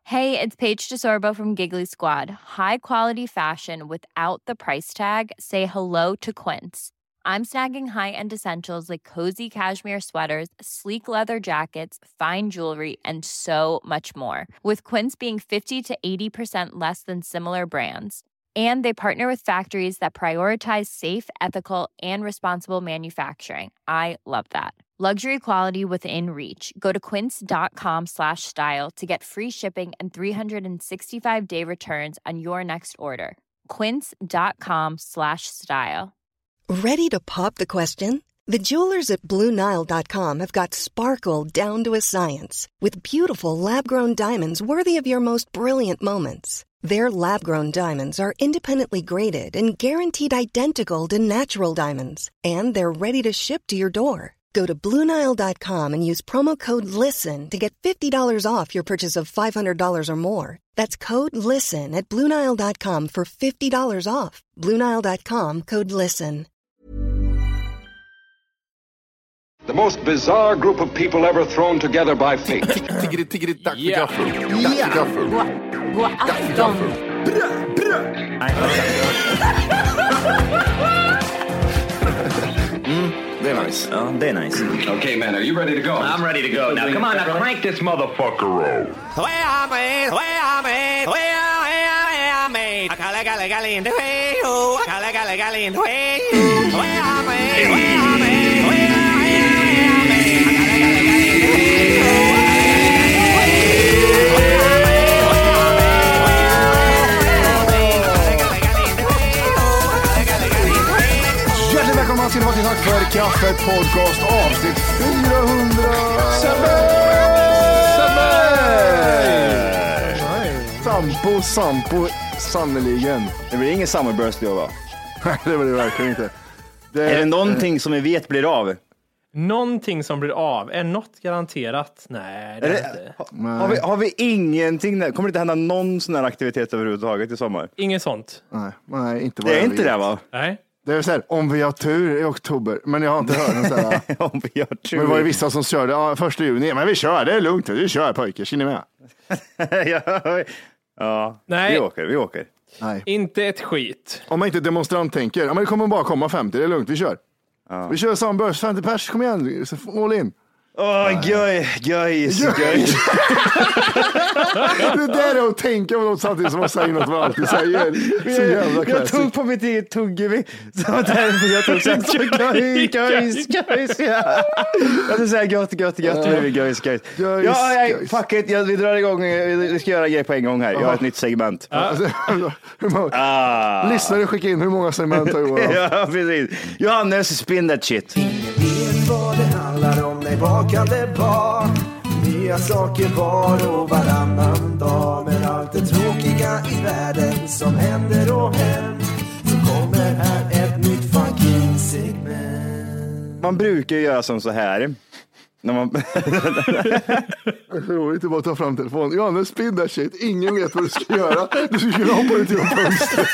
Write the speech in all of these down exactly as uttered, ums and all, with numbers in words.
Hey, it's Paige DeSorbo from Giggly Squad. High quality fashion without the price tag. Say hello to Quince. I'm snagging high-end essentials like cozy cashmere sweaters, sleek leather jackets, fine jewelry, and so much more. With Quince being fifty to eighty percent less than similar brands. And they partner with factories that prioritize safe, ethical, and responsible manufacturing. I love that. Luxury quality within reach. Go to quince.com slash style to get free shipping and three sixty-five day returns on your next order. Quince.com slash style. Ready to pop the question? The jewelers at Blue Nile dot com have got sparkle down to a science with beautiful lab-grown diamonds worthy of your most brilliant moments. Their lab-grown diamonds are independently graded and guaranteed identical to natural diamonds, and they're ready to ship to your door. Go to Blue Nile dot com and use promo code LISTEN to get fifty dollars off your purchase of five hundred dollars or more. That's code LISTEN at Blue Nile dot com for fifty dollars off. Blue Nile dot com, code LISTEN. The most bizarre group of people ever thrown together by fate. Tiggeri, tiggeri, dags för Ja. gaffel. Dags för gaffel. God afton. Mm, det är nice. Ja, det är nice. Okay, man, are you ready to go? I'm ready to go. Now, come on, now crank this motherfucker up. Hjärtligt välkomna till Vakna tack för kaffet podcast avsnitt fyrahundra. Sampo, Sampo, sannoliken. Det blir ingen summerburst då, va? Nej, det blir det verkligen inte. Det Är det någonting som vi vet blir av? Någonting som blir av. Är något garanterat? Nej, det är, Är det det, inte. ha, har, vi, har vi ingenting där? Kommer det inte hända någon sån här aktivitet överhuvudtaget i sommar? Inget sånt. Nej, nej, inte vad Det är jag inte vet. det, va? Nej. Det är så här, om vi har tur i oktober, men jag har inte hört något sådär. Om vi har tur. Men det var ju vissa som körde, ja, första juni, men vi kör, det är lugnt, vi kör pojkar, känner ni med? ja, ja. Nej. vi åker, vi åker. Nej. Inte ett skit. Om man inte demonstrant tänker, ja men det kommer bara komma femtio, det är lugnt, vi kör. Ja. Vi kör sambörs, femtio pers, kom igen, all in. Åh, göj, göj, göj. Det där är att tänka på något samtidigt som man säger något vad alltid säger. Så jävla Jag classic. tog på mitt eget tuggummi. Så där, jag tog så här, göj, göj, göj. Jag skulle säga gött, gött, gött. Nu är vi göj, göj. Göj, Ja, nej, göj. fuck it. Jag, vi drar igång. Vi ska göra grejer på en gång här. Jag har ett nytt segment. Hur många, Ah. lyssnare skicka in hur många segment har Johan? Ja, precis. Johannes, spin that shit. Vet vad det handlar om, nej vad kan det vara? Nya saker var och varannan dag. Men allt det tråkiga i världen som händer och hänt, så kommer här ett nytt fucking segment. Man brukar ju göra som så här. När man... Det är så roligt att bara ta fram telefonen. Johannes, spin that shit. Ingen vet vad du ska göra. Du ska kunna hoppa ut genom fönstret.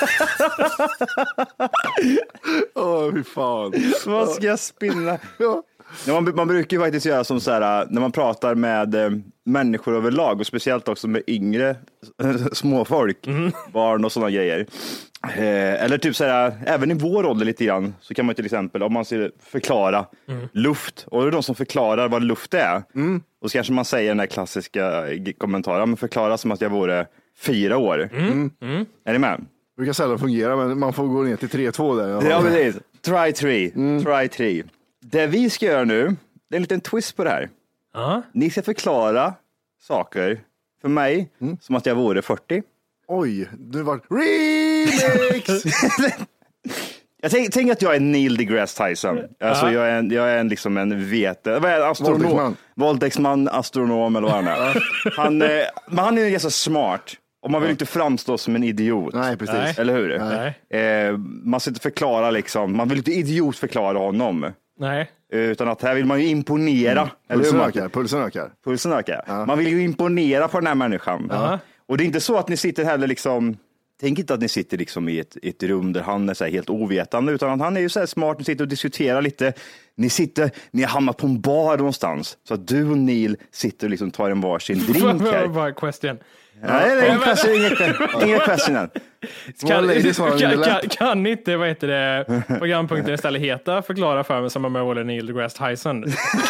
Åh, fy fan. Vad ska jag spinna? Ja. Man, man brukar ju faktiskt göra som så här när man pratar med eh, människor överlag och speciellt också med yngre småfolk, mm. barn och sådana grejer. Eh, eller typ så här, även i vår ålder lite grann så kan man till exempel, om man ser förklara mm. luft, och det är de som förklarar vad luft är. Mm. Och så kanske man säger den här klassiska kommentaren, men förklara som att jag vore fyra år. Mm. Mm. Är ni med? Det brukar sällan fungera, men man får gå ner till tre två där. Ja, precis. Try three. Mm. Try three. Det vi ska göra nu, det är en liten twist på det här. Uh-huh. Ni ska förklara saker för mig mm. som att jag vore fyrtio. Oj, du var remix! Jag tänker tänk att jag är Neil deGrasse Tyson. Alltså, uh-huh. jag, är en, jag är en, liksom en vete... Vad är det? Astronom. Våldtäktsman. Våldtäktsman, astronom eller vad han är. han, eh, men han är ju ganska smart. Och man vill inte framstå som en idiot. Nej, precis. Nej. Eller hur? Nej. Eh, man ska inte förklara liksom. Man vill inte idiot förklara honom. Nej. Utan att här vill man ju imponera. Mm. Eller pulsen, hur, ökar, pulsen ökar. Pulsen ökar. Ja. Man vill ju imponera på den här människan. Ja. Och det är inte så att ni sitter heller liksom... Tänk inte att ni sitter liksom i ett, ett rum där han är så här helt ovetande, utan att han är ju så här smart, ni sitter och diskuterar lite. Ni sitter, ni har hamnat på en bar någonstans. Så att du och Neil sitter och liksom tar en varsin drink här. Bara question. Nej, det är ingen question, ingen question än. Kan, kan, kan, kan inte, vad heter det, programpunkten istället heta förklara för mig som om jag var Neil deGrasse Tyson.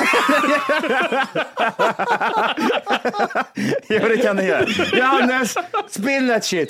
Ja, det kan det göra. Johannes, spill that shit.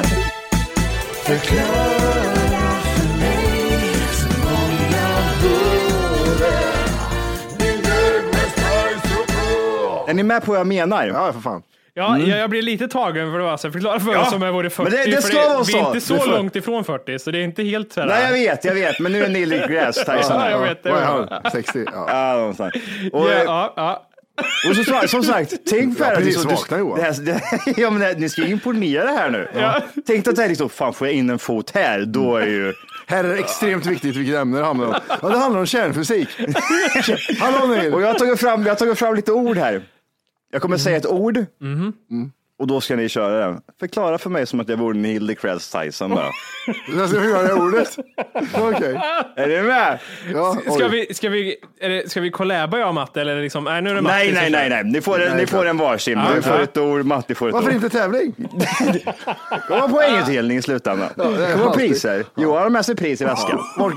Förklara för mig som om jag vore Neil deGrasse Tyson. Är ni med på vad jag menar? Ja, för fan. Ja, mm. jag, jag blir lite tagen för det var så förklara för ja. Som jag vore fyrtio. Men det, det ska det, vara vi så. är inte så får... långt ifrån fyrtio, så det är inte helt så här. Nej, jag vet, jag vet, men nu är Neil deGrasse Tyson. Ja, jag vet det. Vad är han? sextio? Ja, ja någonstans. Och, ja, ja, ja. Och så, som sagt, tänk för att liksom, vakna, det här, det, ja, men det, ni ska imponera här nu. Ja. Tänk att det är liksom, fan får jag in en fot här, då är ju... Här är det extremt viktigt vilket ämne det handlar om. Ja, det handlar om kärnfysik. Hallå Neil. Och jag har tagit fram, jag har tagit fram lite ord här. Jag kommer mm. säga ett ord. Mm. Mm. Och då ska ni köra den. Förklara för mig som att jag vore Neil deGrasse Tyson bara. Jag ska höra ordet. Okej. Okay. Är du med? Ja, ska vi, ska vi, är det, ska vi kollaba jag och Matte? Eller liksom, nej, nu är det Matte. Nej, nej, nej, nej. Ni får, en, nej, ni får en varsin. Ja, du får ja. ett ord, Matte får ett Varför ord. Varför inte tävling? Kommer poängutdelning i slutändan. Ja, det kommer priser. Ja. Johan har med sig pris i väskan.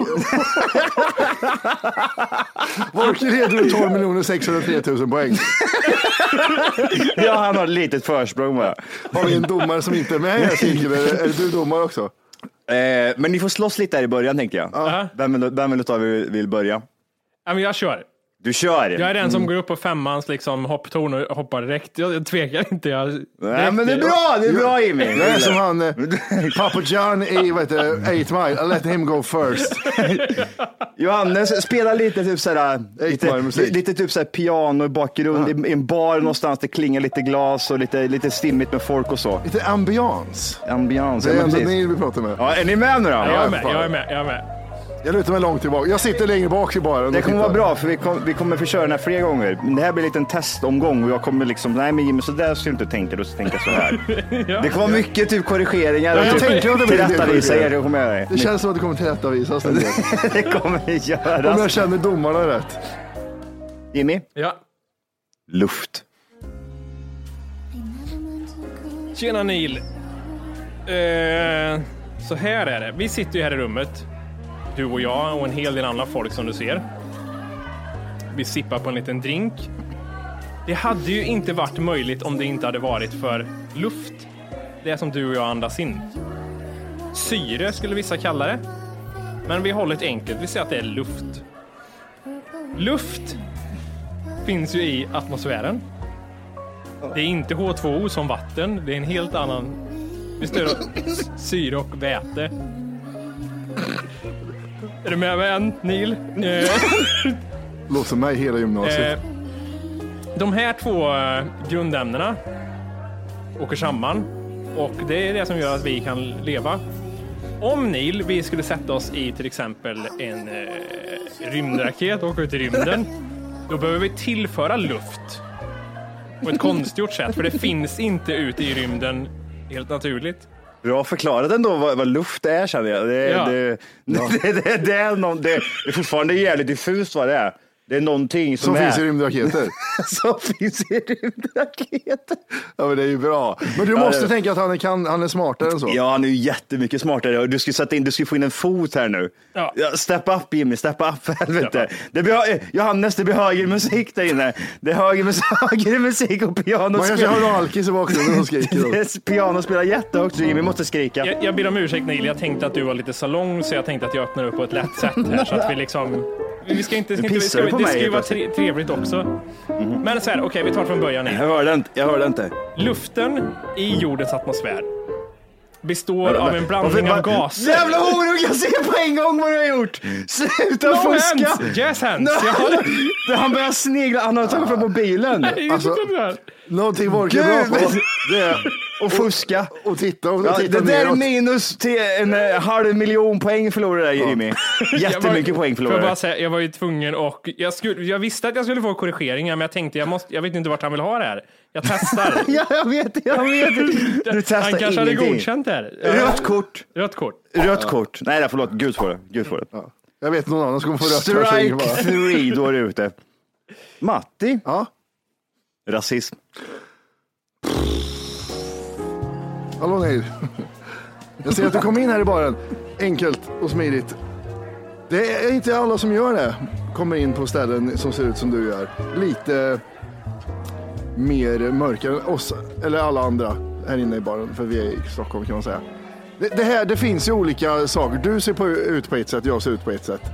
Volker leder tolv miljoner sexhundratre tusen poäng. Ja, han har ett litet försprång bara. Har vi en domare som inte är med här cirkeln? Är, är du domare också? Eh, men ni får slåss lite här i början, tänker jag. Uh-huh. Vem, vem vill ta vill, vill börja? Ja, men jag kör. Du kör? Jag är den som mm. går upp på femmans liksom, hopptorn och hoppar direkt. Jag, jag tvekar inte. Jag, Nej, men det är bra, det är bra Jimmy. Jag är som han, eh, Papa John i vad heter, eight mile. I let him go first. Johannes, spela lite typ såhär, lite, lite typ såhär piano i bakgrund, ja. i, i en bar någonstans, det klingar lite glas och lite, lite stimmigt med folk och så. Lite ambiance. Ambiance, det är ja, ändå ni vi pratar med. Ja, är ni med nu då? Ja, jag är med, jag är med, jag är med. Jag lutar mig långt tillbaka. Jag sitter längre bak i baren. Det kommer vara bra för vi, kom, vi kommer få köra den här fler gånger. Men det här blir en liten testomgång och jag kommer liksom, nej men Jimmy så där ska du inte tänka, du ska tänka så här. Ja. Det kommer vara mycket typ korrigeringar och jag typ, tänkte att det blir tillrättavisa er. Det, kommer jag det känns som att det kommer tillrättavisas. Det kommer göras. Om jag känner domarna rätt. Jimmy? Ja. Luft. Tjena Neil. Uh, så här är det. Vi sitter ju här i rummet. Du och jag och en hel del andra folk som du ser. Vi sippar på en liten drink. Det hade ju inte varit möjligt om det inte hade varit för luft. Det som du och jag andas in. Syre skulle vissa kalla det. Men vi håller det enkelt. Vi säger att det är luft. Luft finns ju i atmosfären. Det är inte H två O som vatten. Det är en helt annan... Vi stöder syre och väte. Är du med mig än, Neil? Låter mig hela gymnasiet. Eh, de här två eh, grundämnena åker samman. Och det är det som gör att vi kan leva. Om Neil, vi skulle sätta oss i till exempel en eh, rymdraket och åka ut i rymden. Då behöver vi tillföra luft. På ett konstgjort sätt. För det finns inte ute i rymden helt naturligt. Bra förklarat ändå vad, vad luft är, känner jag. Det, ja. det, ja. det, det, det, är någon, det, det är fortfarande jävligt diffust vad det är. Det är någonting som, som är... finns i rymdraketer. som finns i rymdraketer. Ja, men det är ju bra. Men du ja, måste det... tänka att han är, kan, han är smartare än så. Ja, han är ju jättemycket smartare. Du ska sätta in, du ska få in en fot här nu. Ja. Ja, step up Jimmy, step up för helvete. Det blir, Johannes, det blir högre musik där inne. Det är högre, högre musik och piano. Man kanske hör alkis i bakgrunden som skriker. Piano spelar jättehögt så Jimmy måste skrika. Jag, jag ber om ursäkt Neil, jag tänkte att du var lite salong så jag tänkte att jag öppnar upp på ett lätt sätt här så att vi liksom... Vi ska inte, ska inte, vi ska, det ska ju vara tre, trevligt också. Mm-hmm. Men så här, okej, okay, vi tar från början. Jag hörde inte, jag hörde inte. Luften i jordens atmosfär består men, av en blandning av gaser. Jävla horung, jag ser på en gång vad du har gjort. Sluta no fuska. Hands. Yes hands. No. Han börjar snegla, han har tagit från mobilen. Nej, alltså, någonting var ju bra på. Det är och fuska. Och, och titta. Och ja, titta det där är minus till en uh, halv miljon poäng förlorade där, Jimmy. Ja. Jättemycket poäng förlorade. Jag, bara säga, jag var ju tvungen och jag, skulle, jag visste att jag skulle få korrigeringar men jag tänkte jag, måste, jag vet inte vart han vill ha det här. Jag testar. Ja, jag vet, jag vet. Du testar han kanske ingenting. hade godkänt det här. Rött kort. Rött kort. Rött ja. kort. Nej, förlåt. Gud får det. Gud får det. Ja. Jag vet någon annan som kommer få rött. Strike three, då är du ute. Matti. Ja. Rasism. Hallå Neil. Jag ser att du kom in här i baren. Enkelt och smidigt. Det är inte alla som gör det. Kommer in på ställen som ser ut som du gör. Lite mer mörkare än oss, eller alla andra här inne i baren. För vi är i Stockholm kan man säga. Det, det här, det finns ju olika saker. Du ser på, ut på ett sätt, jag ser ut på ett sätt.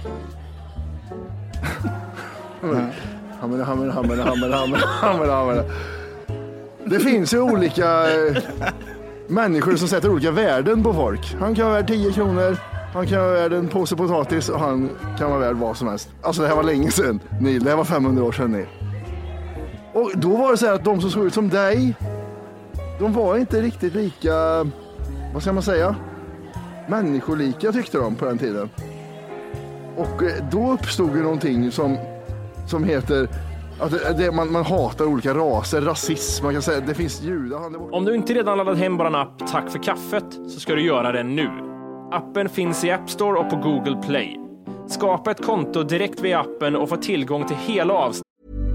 Hammer, hammer, hammer, hammer, hammer, hammer, hammer. Det finns ju olika människor som sätter olika värden på folk. Han kan vara värd tio kronor, han kan vara värd en påse potatis och han kan vara värd vad som helst. Alltså det här var länge sedan, Neil. Det här var femhundra år sedan, Neil. Och då var det så här att de som såg ut som dig, de var inte riktigt lika, vad ska man säga, människolika tyckte de på den tiden. Och då uppstod ju någonting som, som heter att det, man, man hatar olika raser, rasism, man kan säga det finns judar. Om du inte redan laddat hem vår app Tack för kaffet så ska du göra det nu. Appen finns i App Store och på Google Play. Skapa ett konto direkt via appen och få tillgång till hela avsnittet.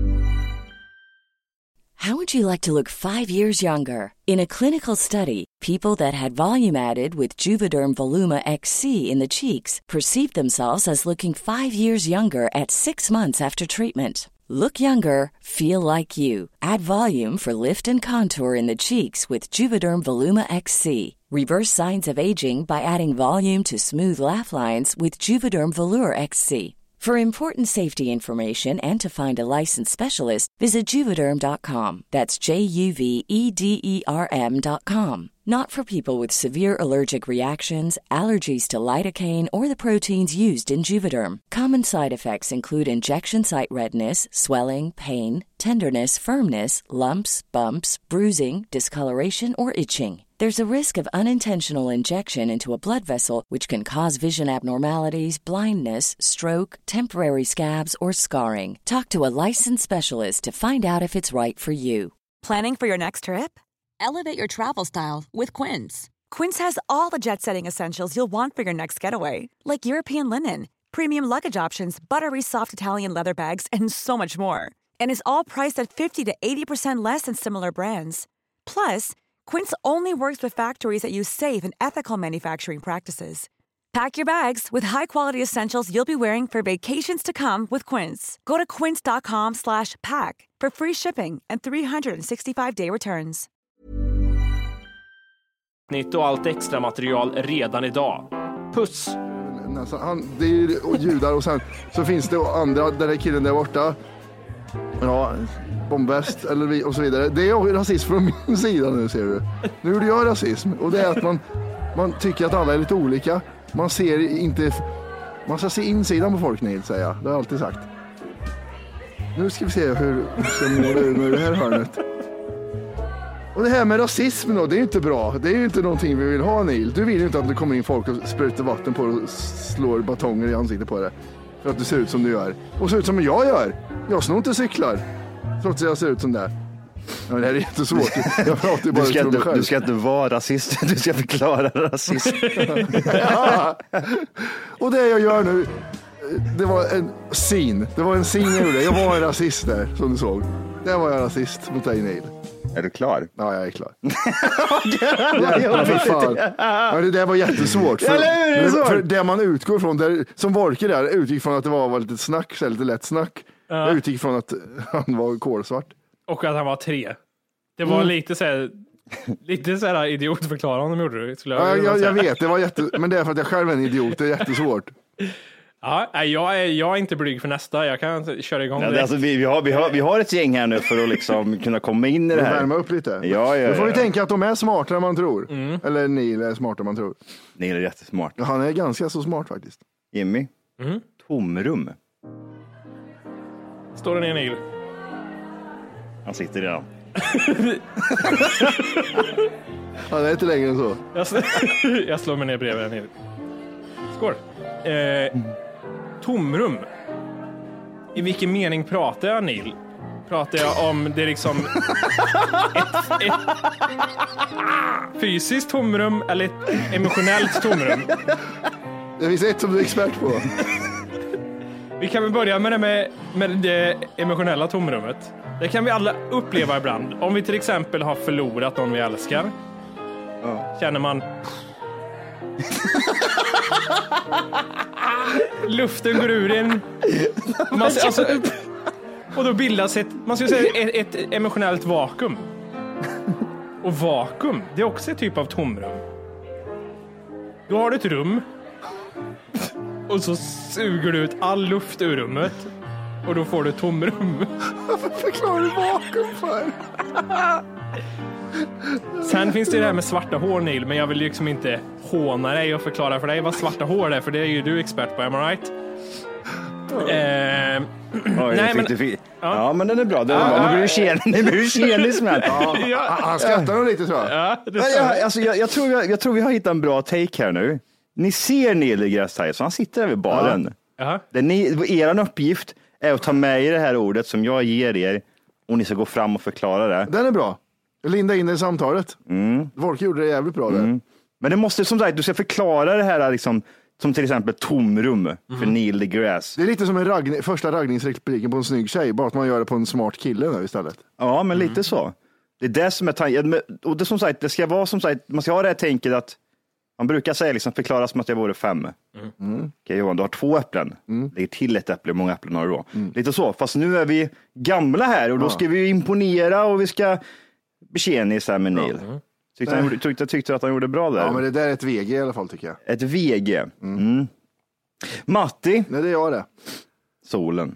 How would you like to look five years younger? In a clinical study, people that had volume added with Juvederm Voluma X C in the cheeks perceived themselves as looking five years younger at six months after treatment. Look younger, feel like you. Add volume for lift and contour in the cheeks with Juvederm Voluma X C. Reverse signs of aging by adding volume to smooth laugh lines with Juvederm Volure X C. For important safety information and to find a licensed specialist, visit Juvederm dot com. That's J U V E D E R M dot com. Not for people with severe allergic reactions, allergies to lidocaine, or the proteins used in Juvederm. Common side effects include injection site redness, swelling, pain, tenderness, firmness, lumps, bumps, bruising, discoloration, or itching. There's a risk of unintentional injection into a blood vessel, which can cause vision abnormalities, blindness, stroke, temporary scabs, or scarring. Talk to a licensed specialist to find out if it's right for you. Planning for your next trip? Elevate your travel style with Quince. Quince has all the jet-setting essentials you'll want for your next getaway, like European linen, premium luggage options, buttery soft Italian leather bags, and so much more. And is all priced at fifty to eighty percent less than similar brands. Plus, Quince only works with factories that use safe and ethical manufacturing practices. Pack your bags with high-quality essentials you'll be wearing for vacations to come with Quince. Go to quince dot com slash pack for free shipping and three sixty-five day returns. Nytt och allt extra material redan idag. Puss! Han, det är ju judar och sen så finns det andra, den där killen där borta. Ja, bombväst eller vi, och så vidare. Det är rasism från min sida nu, ser du. Nu gjorde jag rasism. Och det är att man, man tycker att alla är lite olika. Man ser inte, man ska se insidan på folk, Neil, säger jag. Det har jag alltid sagt. Nu ska vi se hur vi ska måla ur med det här hörnet. Och det här med rasism då, det är ju inte bra. Det är ju inte någonting vi vill ha, Neil. Du vill ju inte att det kommer in folk och sprutar vatten på och slår batonger i ansiktet på det. För att du ser ut som du gör. Och ser ut som jag gör. Jag snor inte cyklar. Trots att jag ser ut som det. Ja, det här är jättesvårt. Jag pratar ju bara du, ska om mig inte, själv. du ska inte vara rasist. Du ska förklara rasism. Ja. Och det jag gör nu, det var en scene. Det var en scene jag gjorde. Jag var en rasist där, som du såg. Där var jag rasist mot dig, Neil. Är du klar? Ja, jag är klar. Jävlar, för fan. Ja, det där var jättesvårt. För, för, för det man utgår från, där, som Volker där, utgick från att det var, var lite snack, så lite lätt snack. Ja. Jag utgick från att han var kolsvart. Och att han var tre. Det var mm. lite så här, lite så här idiotförklarande gjorde du. Ja, jag, jag, jag vet, det var jätte, men det är för att jag själv är en idiot, det är jättesvårt. Ja, jag är, jag är inte blyg för nästa. Jag kan köra igång ja, det. Alltså, vi, vi, har, vi, har, vi har ett gäng här nu för att liksom kunna komma in i det här. Värma upp lite. Ja, ja, Då får ja. vi tänka att de är smartare än man tror. Mm. Eller Neil är smartare än man tror. Neil är jättesmart. Ja, han är ganska så smart faktiskt. Jimmy, mm. tomrum. Står det ner, Neil? Han sitter redan. Han är inte längre än så. Jag, sl- jag slår mig ner bredvid Neil. Skål. Eh, mm. Tomrum. I vilken mening pratar jag, Neil? Pratar jag om det liksom ett, ett fysiskt tomrum eller ett emotionellt tomrum? Det finns ett som du är expert på. Vi kan väl börja med det, med, med det emotionella tomrummet. Det kan vi alla uppleva ibland. Om vi till exempel har förlorat någon vi älskar. ja. Känner man luften går ur en. Man, alltså, och då bildas ett, man ska säga ett, ett emotionellt vakuum. Och vakuum, det är också ett typ av tomrum. Då har du ett rum. Och så suger du ut all luft ur rummet. Och då får du tomrum. Varför förklarar du vakuum för? Sen finns det det här med svarta hår, Neil. Men jag vill liksom inte håna dig och förklara för dig vad svarta hår är. För det är ju du expert på, am I right? Eh, Oj, nej, men, ja. ja, men den är bra. Den är bra. Nu blir du tjenis, nu blir du tjenis med. Ja, han skrattar nog lite, tror jag. Ja, det jag, alltså, jag, jag, tror jag, jag tror vi har hittat en bra take här nu. Ni ser Neil deGrasse Tyson, han sitter där vid baren. Ja. Det ni, er uppgift är att ta med i det här ordet som jag ger er och ni ska gå fram och förklara det. Den är bra. Linda in det i samtalet. Mm. Folk gjorde det jävligt bra där. Mm. Men det måste, som sagt, du ska förklara det här liksom, som till exempel tomrum mm. för Neil deGrasse. Det är lite som en ragn, första raggningsrepliken på en snygg tjej, bara att man gör det på en smart kille nu istället. Ja, men mm. lite så. Det är det som är tanken. Och det, som sagt, det ska vara som sagt, man ska ha det här tänket att man brukar säga liksom förklara som att jag vore fem. Mm. Mm. Okej Johan, du har två äpplen. Mm. Lägg till ett äpple, hur många äpplen har du då? Mm. Lite så, fast nu är vi gamla här och då ja. ska vi imponera och vi ska betjänis här med Neil. Mm. Tyckte, han, tyckte, tyckte att han gjorde bra där. Ja, men det där är ett V G i alla fall, tycker jag. Ett V G. Mm. Mm. Matti. Nej, det är jag det. Solen.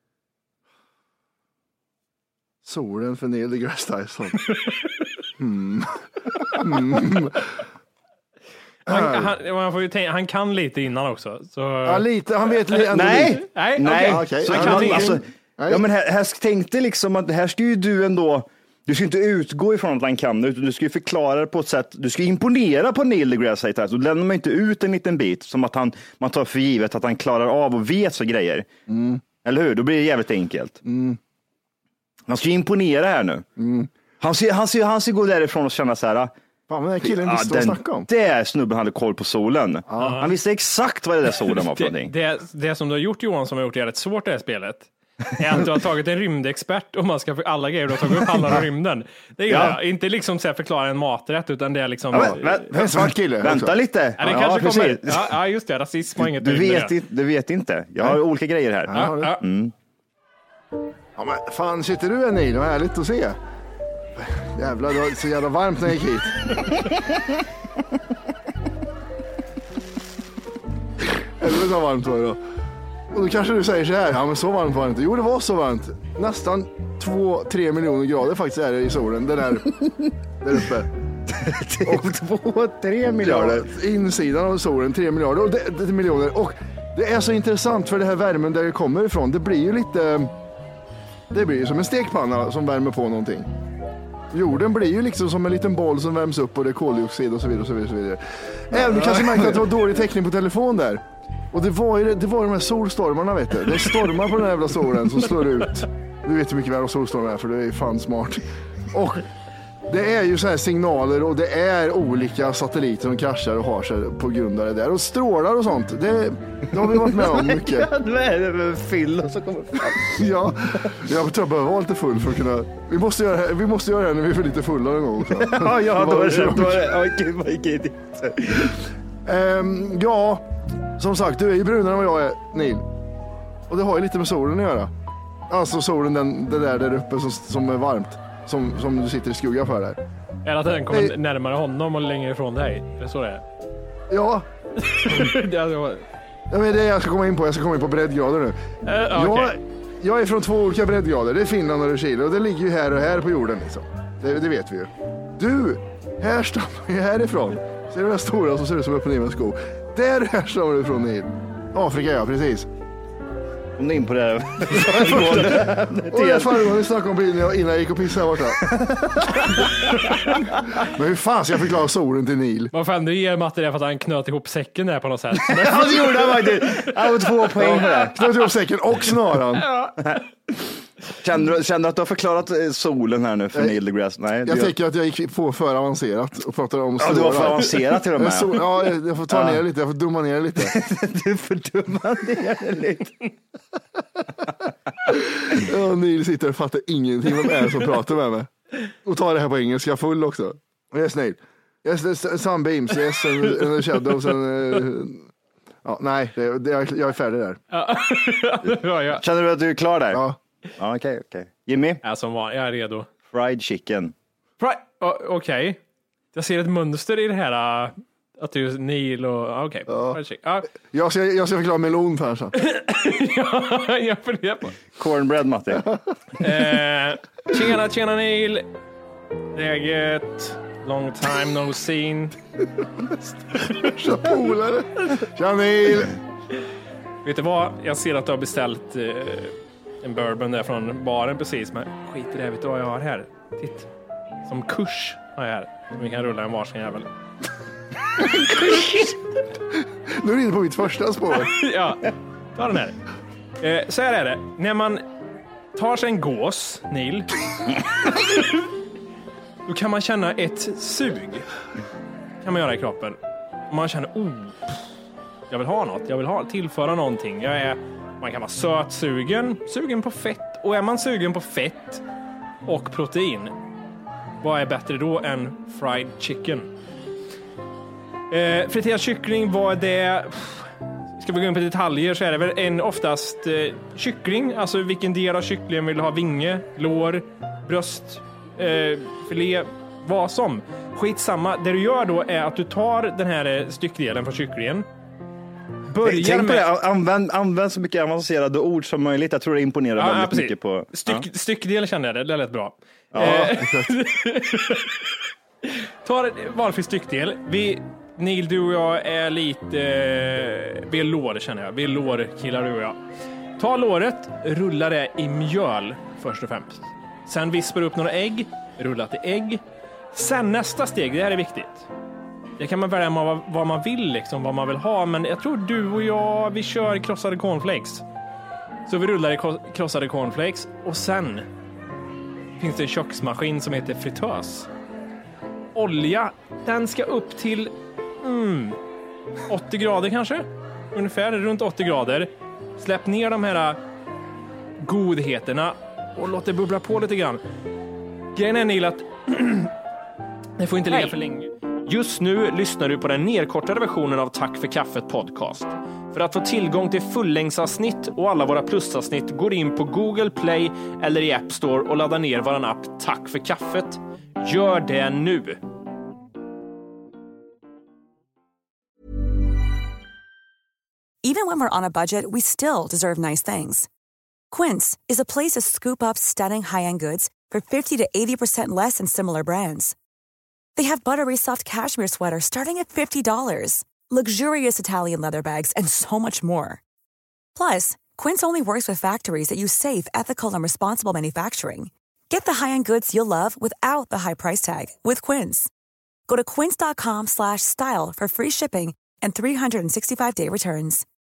Solen för Neil deGrasse Tyson. mm. Mm. Han, han, man får ju tänka, han kan lite innan också. Så... Ja, lite. Han vet lite. Nej, nej, nej. Okay. Okay. Så han kan, alltså, ja, men här, här tänkte liksom att här ska ju du ändå. Du ska inte utgå ifrån att han kan det, utan du ska ju förklara det på ett sätt. Du ska imponera på Neil deGrasse Tyson. Då lämnar man inte ut en liten bit som att han, man tar för givet att han klarar av och vet så grejer. Mm. Eller hur? Då blir det jävligt enkelt. Mm. Man ska ju imponera här nu. Mm. Han ska, han, ska, han ska gå därifrån och känna så här. Fan, den här killen visste vad snacka om. Det är snubben hade koll på solen. Ja. Han visste exakt vad det där solen var för det, någonting. Det, det som du har gjort, Johan, som har gjort det rätt svårt det här spelet, är att du har tagit en rymdexpert och man ska för alla grejer du har tagit upp handlar om rymden. Det är ja. inte liksom så här förklara en maträtt, utan det är liksom ja, men, vä- vä- en svart kille. Vänta lite. Ja, det ja, kanske kommer. Ja, ja, just det. Rasism har inget du, du vet inte, du vet inte. Jag har Nej. olika grejer här. Ja, ja. Mm. Ja, men fan, sitter du här, Neil? Det var härligt att se. Jävlar, det var så jävla varmt när jag gick hit. Eller så varmt var det då. Och då kanske du säger så här, ja men så varmt var det inte. Jo, det var så varmt. Nästan två, tre miljoner grader faktiskt är det i solen. Den där, där uppe. Och två, tre miljarder. Ja, insidan av solen, tre miljarder. Och det, det, miljoner. Och det är så intressant för det här värmen där det kommer ifrån. Det blir ju lite... Det blir ju som en stekpanna som värmer på någonting. Jorden blir ju liksom som en liten boll som värms upp och det är koldioxid och så vidare och så vidare. Och så vidare. Även du kanske märkte att det var dålig täckning på telefon där. Och det var ju det var de här solstormarna, vet du. Det är stormar på den här jävla solen som slår ut. Du vet hur mycket värre solstormar är, för det är fan smart. Och det är ju så här signaler och det är olika satelliter som kraschar och har sig på grund av det där. Och strålar och sånt. Det, det har vi varit med om mycket. Vad är det med fyll och så kommer fram? Ja, jag tror jag behöver vara lite full för att kunna... Vi måste göra det, vi måste göra det när vi är lite fulla en gång. ja, ja, då är det... Då är det oj, gud, vad gud. Um, ja, som sagt, du är ju brunare än vad jag är, Neil. Och det har ju lite med solen att göra. Alltså solen, den, det där där uppe som, som är varmt. Som, som du sitter i skugga för där. Är det att den kommer Nej. närmare honom och längre ifrån dig? Är det så det är? Ja. det är så... Ja, men det jag ska komma in på. Jag ska komma in på breddgrader nu. Uh, okay. jag, jag är från två olika breddgrader. Det är Finland och det är Chile. Och det ligger ju här och här på jorden. Liksom. Det, det vet vi ju. Du, här stammar ju härifrån. Ser du den stora som ser ut som upp och ner med sko? Där här stammar du ifrån, Neil. Afrika, ja, precis. Kom in på det här. Och jag föregående snackade om bilen innan jag gick och pissade borta. Men hur fan ska jag förklara solen till Neil? Vad fan, du ger Matte det för att han knöt ihop säcken där på något sätt. Ja, det gjorde han faktiskt. Han var två poäng för det. Knöt ihop säcken och snaran. Ja. Känner du, känner du att du har förklarat solen här nu för Neil deGrasse? Nej, jag gör... tycker att jag gick på för avancerat och pratade om solen. Ja, du var för avancerat till och med. Så, ja, jag får ta ner lite, jag får dumma ner lite. Du får dumma ner lite. Ja, Neil sitter och fattar ingenting om det är som pratar med mig. Och tar det här på engelska full också. Yes, Neil. Yes, the sunbeams, yes, and, and the shadows. And, uh, ja, nej, det, det, jag, jag är färdig där. ja, ja. Känner du att du är klar där? Ja. Ja, okej, okej. Jimmy? Ja, som var, jag är redo. Fried chicken. Fri- oh, okej. Okay. Jag ser ett mönster i det här. Uh, att du är Neil och... Okej. Okay. Ja. Uh. Jag, ska, jag ska förklara melon för så. ja, jag funderar på. Cornbread, Matti. eh, tjena, tjena Neil. Läget. Long time no seen. Tja polare. Tja Neil. Vet du vad? Jag ser att du har beställt eh, en bourbon där från baren precis. Men skit i det, vet du vad jag har här? Titt. Som kurs har jag här. Som vi kan rulla en varsin jävel. Nu är du inne på mitt första spår. ja, ta den här. Eh, så här är det. När man tar sig en gås, Neil, då kan man känna ett sug. Kan man göra i kroppen. Man känner, oh, jag vill ha något. Jag vill ha, tillföra någonting. Jag är, man kan vara sötsugen, sugen på fett. Och är man sugen på fett och protein, vad är bättre då än fried chicken? Eh, friterad kyckling, vad är det? Ska vi gå in på detaljer så är det väl en oftast eh, kyckling. Alltså vilken del av kycklingen vill du ha? Vinge, lår, bröst, eh, filé, vad som. Skitsamma. Det du gör då är att du tar den här styckdelen från kycklingen. Börjar Tänk med... på det. Använd, använd så mycket avancerade ord som möjligt. Jag tror det imponerar ja, väldigt ja, mycket på... Styck, ja. Styckdel kände jag det. Det lät bra. Ja, eh, ta valfri styckdel. Vi... Neil, du och jag är lite... Eh, vi är lår, känner jag. Vi är lårkillar, du och jag. Ta låret, rulla det i mjöl först och främst. Sen vispar upp några ägg, rulla till ägg. Sen nästa steg, det här är viktigt. Det kan man välja vad, vad man vill, liksom, vad man vill ha. Men jag tror du och jag, vi kör krossade cornflakes. Så vi rullar i krossade cornflakes. Och sen finns det en köksmaskin som heter fritös. Olja, den ska upp till... Mm, åttio grader kanske. Ungefär runt åttio grader. Släpp ner de här godheterna och låt det bubbla på lite grann. Grejen är, Neil, att det får inte ligga för länge. Just nu lyssnar du på den nedkortade versionen av Tack för kaffet podcast. För att få tillgång till fullängdsavsnitt och alla våra plusavsnitt går in på Google Play eller i App Store och laddar ner våran app Tack för kaffet. Gör det nu! Even when we're on a budget, we still deserve nice things. Quince is a place to scoop up stunning high-end goods for fifty to eighty percent less than similar brands. They have buttery soft cashmere sweaters starting at fifty dollars, luxurious Italian leather bags, and so much more. Plus, Quince only works with factories that use safe, ethical, and responsible manufacturing. Get the high-end goods you'll love without the high price tag with Quince. Go to quince dot com slash style for free shipping and three sixty-five day returns.